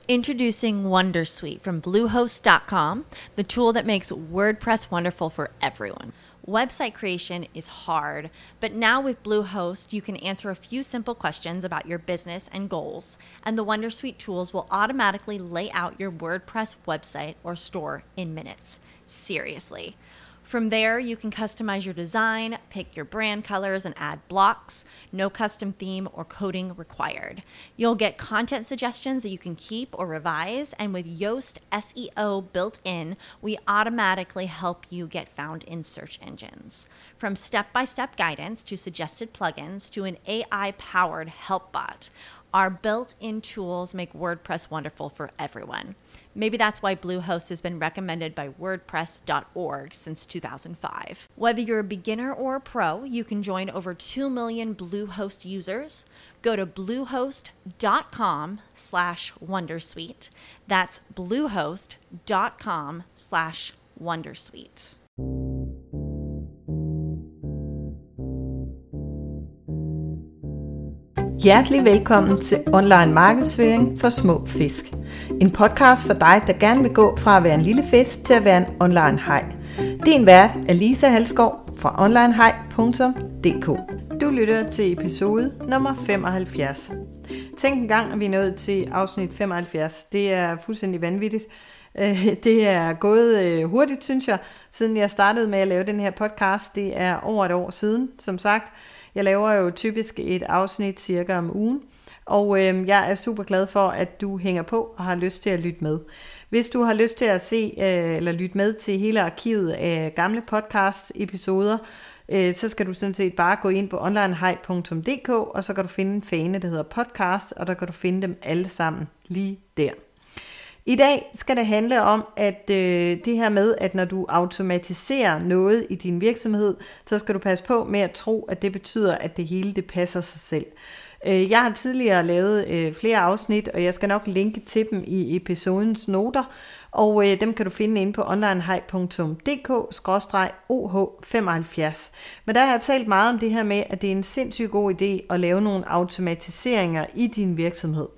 Introducing Wondersuite from Bluehost.com, the tool that makes WordPress wonderful for everyone. Website creation is hard, but now with Bluehost, you can answer a few simple questions about your business and goals, and the Wondersuite tools will automatically lay out your WordPress website or store in minutes. Seriously. From there, you can customize your design, pick your brand colors, and add blocks. No custom theme or coding required. You'll get content suggestions that you can keep or revise, and with Yoast SEO built in, we automatically help you get found in search engines. From step-by-step guidance to suggested plugins to an AI-powered help bot, our built-in tools make WordPress wonderful for everyone. Maybe that's why Bluehost has been recommended by WordPress.org since 2005. Whether you're a beginner or a pro, you can join over 2 million Bluehost users. Go to bluehost.com/wondersuite. That's bluehost.com/wondersuite. Hjertelig velkommen til Online Markedsføring for små fisk. En podcast for dig, der gerne vil gå fra at være en lille fisk til at være en online haj. Din vært er Lisa Halskov fra onlinehaj.dk. Du lytter til episode nummer 75. Tænk en gang, at vi er nået til afsnit 75. Det er fuldstændig vanvittigt. Det er gået hurtigt, synes jeg, siden jeg startede med at lave den her podcast. Det er over et år siden, som sagt. Jeg laver jo typisk et afsnit cirka om ugen, og jeg er super glad for, at du hænger på og har lyst til at lytte med. Hvis du har lyst til at se eller lytte med til hele arkivet af gamle podcast-episoder, så skal du sådan set bare gå ind på onlinehaj.dk, og så kan du finde en fane, der hedder podcast, og der kan du finde dem alle sammen lige der. I dag skal det handle om, at det her med, at når du automatiserer noget i din virksomhed, så skal du passe på med at tro, at det betyder, at det hele det passer sig selv. Jeg har tidligere lavet flere afsnit, og jeg skal nok linke til dem i episodens noter, og dem kan du finde inde på onlinehaj.dk/oh75. Men der har jeg talt meget om det her med, at det er en sindssygt god idé at lave nogle automatiseringer i din virksomhed.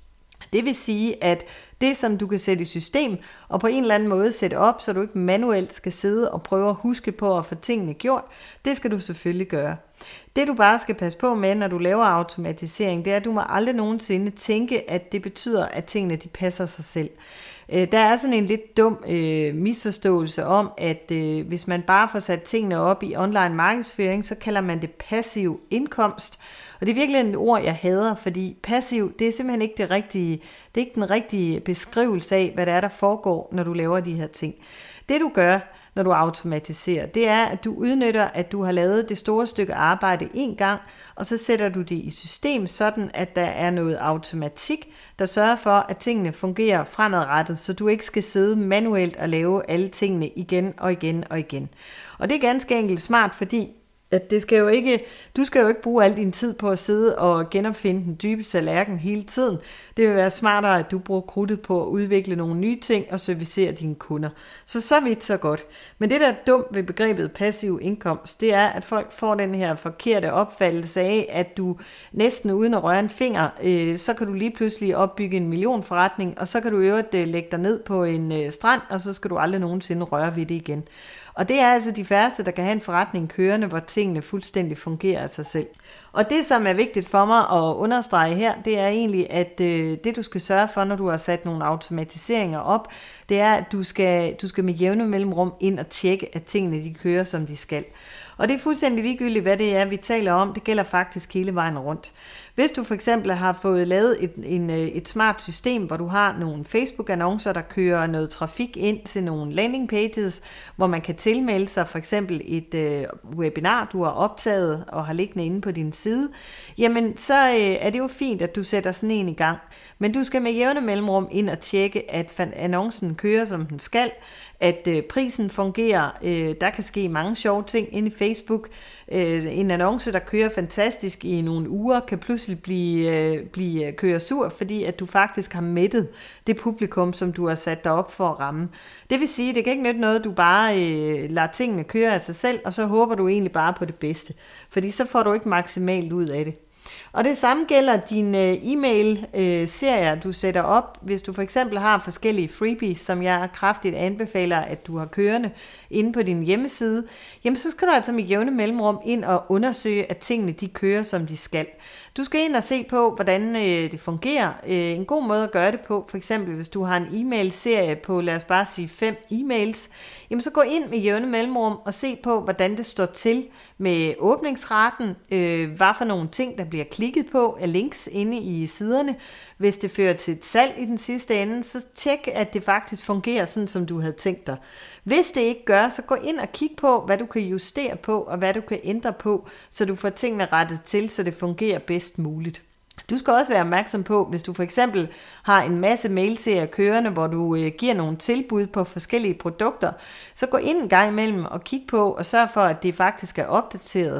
Det vil sige, at det, som du kan sætte i system, og på en eller anden måde sætte op, så du ikke manuelt skal sidde og prøve at huske på at få tingene gjort, det skal du selvfølgelig gøre. Det du bare skal passe på med, når du laver automatisering, det er, at du må aldrig nogensinde tænke, at det betyder, at tingene de passer sig selv. Der er sådan en lidt dum misforståelse om, at hvis man bare får sat tingene op i online markedsføring, så kalder man det passiv indkomst. Og det er virkelig et ord, jeg hader, fordi passiv, det er simpelthen ikke det er ikke den rigtige beskrivelse af, hvad der er, der foregår, når du laver de her ting. Det du gør, når du automatiserer, det er, at du udnytter, at du har lavet det store stykke arbejde en gang, og så sætter du det i system, sådan at der er noget automatik, der sørger for, at tingene fungerer fremadrettet, så du ikke skal sidde manuelt og lave alle tingene igen og igen og igen. Og det er ganske enkelt smart, fordi at du skal jo ikke bruge al din tid på at sidde og genopfinde den dybe tallerken hele tiden. Det vil være smartere, at du bruger krudtet på at udvikle nogle nye ting og servicere dine kunder. Så vidt så godt. Men det der er dumt ved begrebet passiv indkomst, det er, at folk får den her forkerte opfattelse af, at du næsten uden at røre en finger, så kan du lige pludselig opbygge en millionforretning, og så kan du i øvrigt lægge dig ned på en strand, og så skal du aldrig nogensinde røre ved det igen. Og det er altså de færreste, der kan have en forretning kørende, hvor tingene fuldstændig fungerer af sig selv. Og det, som er vigtigt for mig at understrege her, det er egentlig, at det du skal sørge for, når du har sat nogle automatiseringer op, det er, at du skal med jævne mellemrum ind og tjekke, at tingene de kører, som de skal. Og det er fuldstændig ligegyldigt, hvad det er, vi taler om. Det gælder faktisk hele vejen rundt. Hvis du for eksempel har fået lavet et smart system, hvor du har nogle Facebook-annoncer, der kører noget trafik ind til nogle landing pages, hvor man kan tilmelde sig for eksempel et webinar, du har optaget og har liggende inde på din side, jamen så er det jo fint, at du sætter sådan en i gang. Men du skal med jævne mellemrum ind og tjekke, at annoncen kører, som den skal, at prisen fungerer. Der kan ske mange sjove ting inde i Facebook. En annonce, der kører fantastisk i nogle uger, kan pludselig blive køre sur, fordi at du faktisk har mættet det publikum, som du har sat dig op for at ramme. Det vil sige, det kan ikke nytte noget, du bare lader tingene køre af sig selv, og så håber du egentlig bare på det bedste. Fordi så får du ikke maksimalt ud af det. Og det samme gælder dine e-mail-serier, du sætter op. Hvis du for eksempel har forskellige freebies, som jeg kraftigt anbefaler, at du har kørende inde på din hjemmeside, jamen så skal du altså med jævne mellemrum ind og undersøge, at tingene de kører, som de skal. Du skal ind og se på, hvordan det fungerer. En god måde at gøre det på, for eksempel hvis du har en e-mail-serie på, lad os bare sige 5 e-mails, jamen så gå ind med jævne mellemrum og se på, hvordan det står til med åbningsraten, hvad for nogle ting, der bliver klikket på af links inde i siderne. Hvis det fører til et salg i den sidste ende, så tjek, at det faktisk fungerer sådan, som du havde tænkt dig. Hvis det ikke gør, så gå ind og kig på, hvad du kan justere på, og hvad du kan ændre på, så du får tingene rettet til, så det fungerer bedst muligt. Du skal også være opmærksom på, hvis du for eksempel har en masse mailserier kørende, hvor du giver nogle tilbud på forskellige produkter, så gå ind en gang imellem og kig på og sørg for, at det faktisk er opdateret.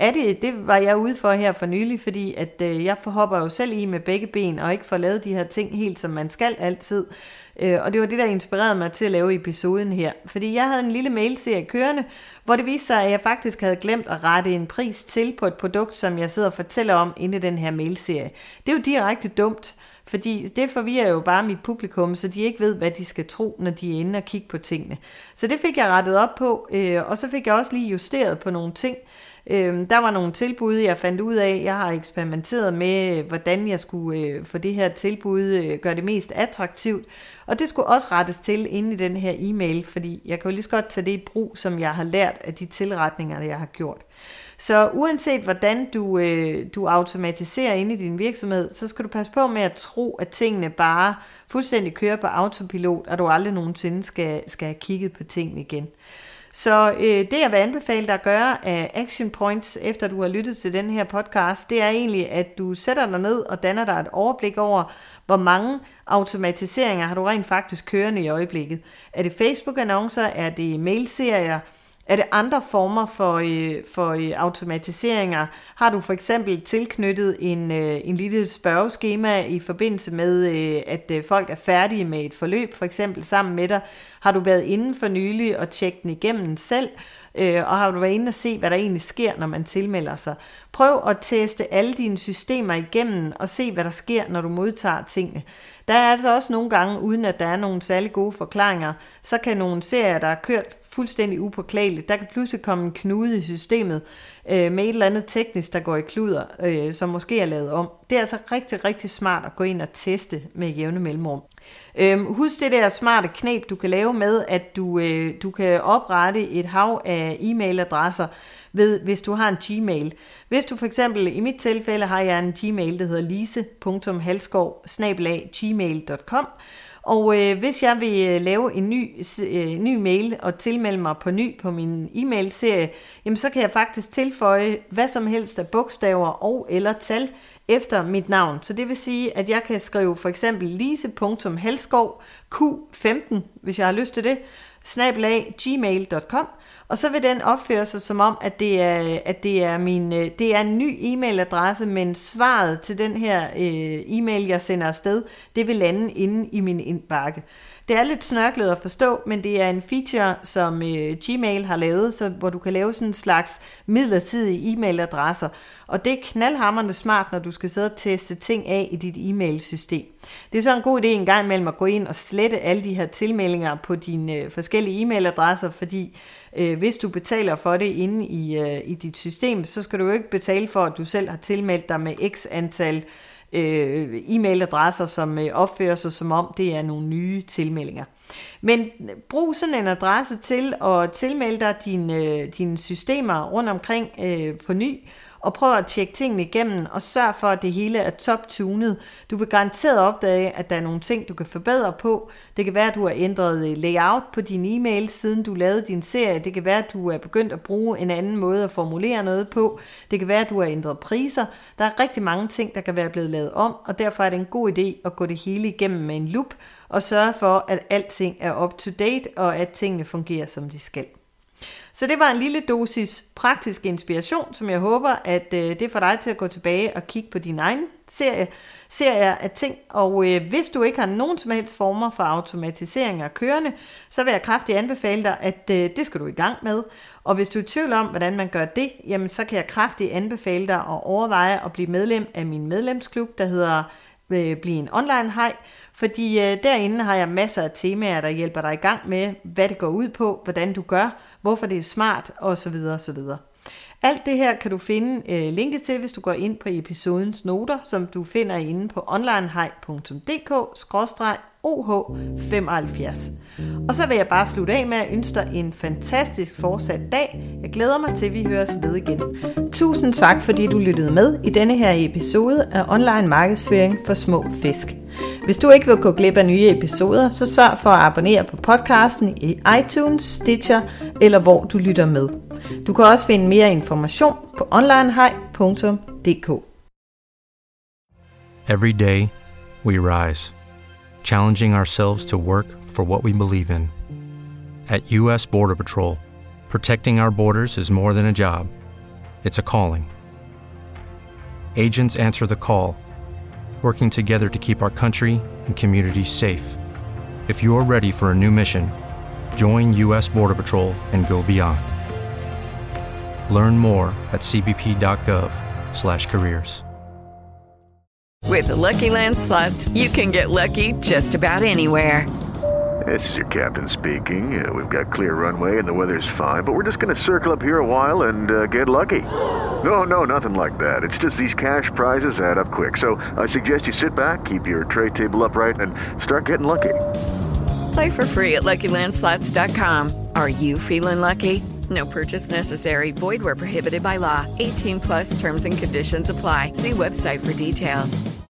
Det var jeg ude for her for nylig, fordi at jeg hopper jo selv i med begge ben og ikke får lavet de her ting helt, som man skal altid. Og det var det, der inspirerede mig til at lave episoden her. Fordi jeg havde en lille mailserie kørende, hvor det viste sig, at jeg faktisk havde glemt at rette en pris til på et produkt, som jeg sidder og fortæller om inde i den her mailserie. Det er jo direkte dumt, fordi det forvirrer jo bare mit publikum, så de ikke ved, hvad de skal tro, når de er inde og kigge på tingene. Så det fik jeg rettet op på, og så fik jeg også lige justeret på nogle ting. Der var nogle tilbud, jeg fandt ud af. Jeg har eksperimenteret med, hvordan jeg skulle få det her tilbud gøre det mest attraktivt. Og det skulle også rettes til inde i den her e-mail, fordi jeg kan jo lige så godt tage det i brug, som jeg har lært af de tilretninger, jeg har gjort. Så uanset hvordan du automatiserer inde i din virksomhed, så skal du passe på med at tro, at tingene bare fuldstændig kører på autopilot, og du aldrig nogensinde skal have kigget på tingene igen. Så det jeg vil anbefale dig at gøre af action points, efter du har lyttet til den her podcast, det er egentlig, at du sætter dig ned og danner dig et overblik over, hvor mange automatiseringer har du rent faktisk kørende i øjeblikket. Er det Facebook-annoncer? Er det mailserier? Er det andre former for automatiseringer? Har du for eksempel tilknyttet en lille spørgeskema i forbindelse med, at folk er færdige med et forløb, for eksempel sammen med dig? Har du været inde for nylig og tjekket den igennem selv? Og har du været inde og se, hvad der egentlig sker, når man tilmelder sig? Prøv at teste alle dine systemer igennem og se, hvad der sker, når du modtager tingene. Der er altså også nogle gange, uden at der er nogle særlig gode forklaringer, så kan nogle serier, der er kørt fuldstændig upåklageligt, der kan pludselig komme en knude i systemet med et eller andet teknisk, der går i kluder, som måske er lavet om. Det er altså rigtig, rigtig smart at gå ind og teste med jævne mellemrum. Husk det der smarte knep, du kan lave med, at du kan oprette et hav af e-mailadresser, hvis du har en Gmail. Hvis du for eksempel, i mit tilfælde har jeg en Gmail, der hedder lise.halskov@gmail.com, og hvis jeg vil lave en ny mail og tilmelde mig på ny på min e-mail-serie, jamen så kan jeg faktisk tilføje hvad som helst af bogstaver og eller tal efter mit navn. Så det vil sige, at jeg kan skrive for eksempel lise.halskov q15, hvis jeg har lyst til det, @gmail.com, og så vil den opføre sig som om, at det er en ny e-mailadresse, men svaret til den her e-mail, jeg sender afsted, det vil lande inde i min indbakke. Det er lidt snørklet at forstå, men det er en feature, som Gmail har lavet, hvor du kan lave sådan en slags midlertidige e-mailadresser. Og det er knaldhamrende smart, når du skal sidde og teste ting af i dit e-mailsystem. Det er så en god idé en gang imellem at gå ind og slette alle de her tilmeldinger på dine forskellige e-mailadresser, fordi hvis du betaler for det inde i dit system, så skal du jo ikke betale for, at du selv har tilmeldt dig med x antal e-mailadresser, som opfører sig som om det er nogle nye tilmeldinger. Men brug sådan en adresse til at tilmelde dig dine systemer rundt omkring på ny, og prøv at tjekke tingene igennem, og sørg for, at det hele er top-tunet. Du vil garanteret opdage, at der er nogle ting, du kan forbedre på. Det kan være, at du har ændret layout på din e-mail, siden du lavede din serie. Det kan være, at du er begyndt at bruge en anden måde at formulere noget på. Det kan være, at du har ændret priser. Der er rigtig mange ting, der kan være blevet lavet om, og derfor er det en god idé at gå det hele igennem med en lup, og sørge for, at alting er up to date, og at tingene fungerer, som de skal. Så det var en lille dosis praktisk inspiration, som jeg håber, at det får dig til at gå tilbage og kigge på din egen serier af ting. Og hvis du ikke har nogen som helst former for automatisering af kørende, så vil jeg kraftigt anbefale dig, at det skal du i gang med. Og hvis du er i tvivl om, hvordan man gør det, jamen så kan jeg kraftigt anbefale dig at overveje at blive medlem af min medlemsklub, der hedder Bliv en online hej, fordi derinde har jeg masser af temaer, der hjælper dig i gang med, hvad det går ud på, hvordan du gør, hvorfor det er smart osv. osv. Alt det her kan du finde linket til, hvis du går ind på episodens noter, som du finder inde på onlinehej.dk/OH75. Og så vil jeg bare slutte af med at ønske dig en fantastisk fortsat dag. Jeg glæder mig til, at vi høres ved igen. Tusind tak, fordi du lyttede med i denne her episode af Online Markedsføring for Små Fisk. Hvis du ikke vil gå glip af nye episoder, så sørg for at abonnere på podcasten i iTunes, Stitcher eller hvor du lytter med. Du kan også finde mere information på onlinehej.dk. Every day, we rise, challenging ourselves to work for what we believe in. At U.S. Border Patrol, protecting our borders is more than a job. It's a calling. Agents answer the call, working together to keep our country and communities safe. If you're ready for a new mission, join U.S. Border Patrol and go beyond. Learn more at cbp.gov/careers. With the Lucky Land Slots, you can get lucky just about anywhere. This is your captain speaking. We've got clear runway and the weather's fine, but we're just going to circle up here a while and get lucky. No, nothing like that. It's just these cash prizes add up quick. So I suggest you sit back, keep your tray table upright, and start getting lucky. Play for free at LuckyLandSlots.com. Are you feeling lucky? No purchase necessary. Void where prohibited by law. 18+ terms and conditions apply. See website for details.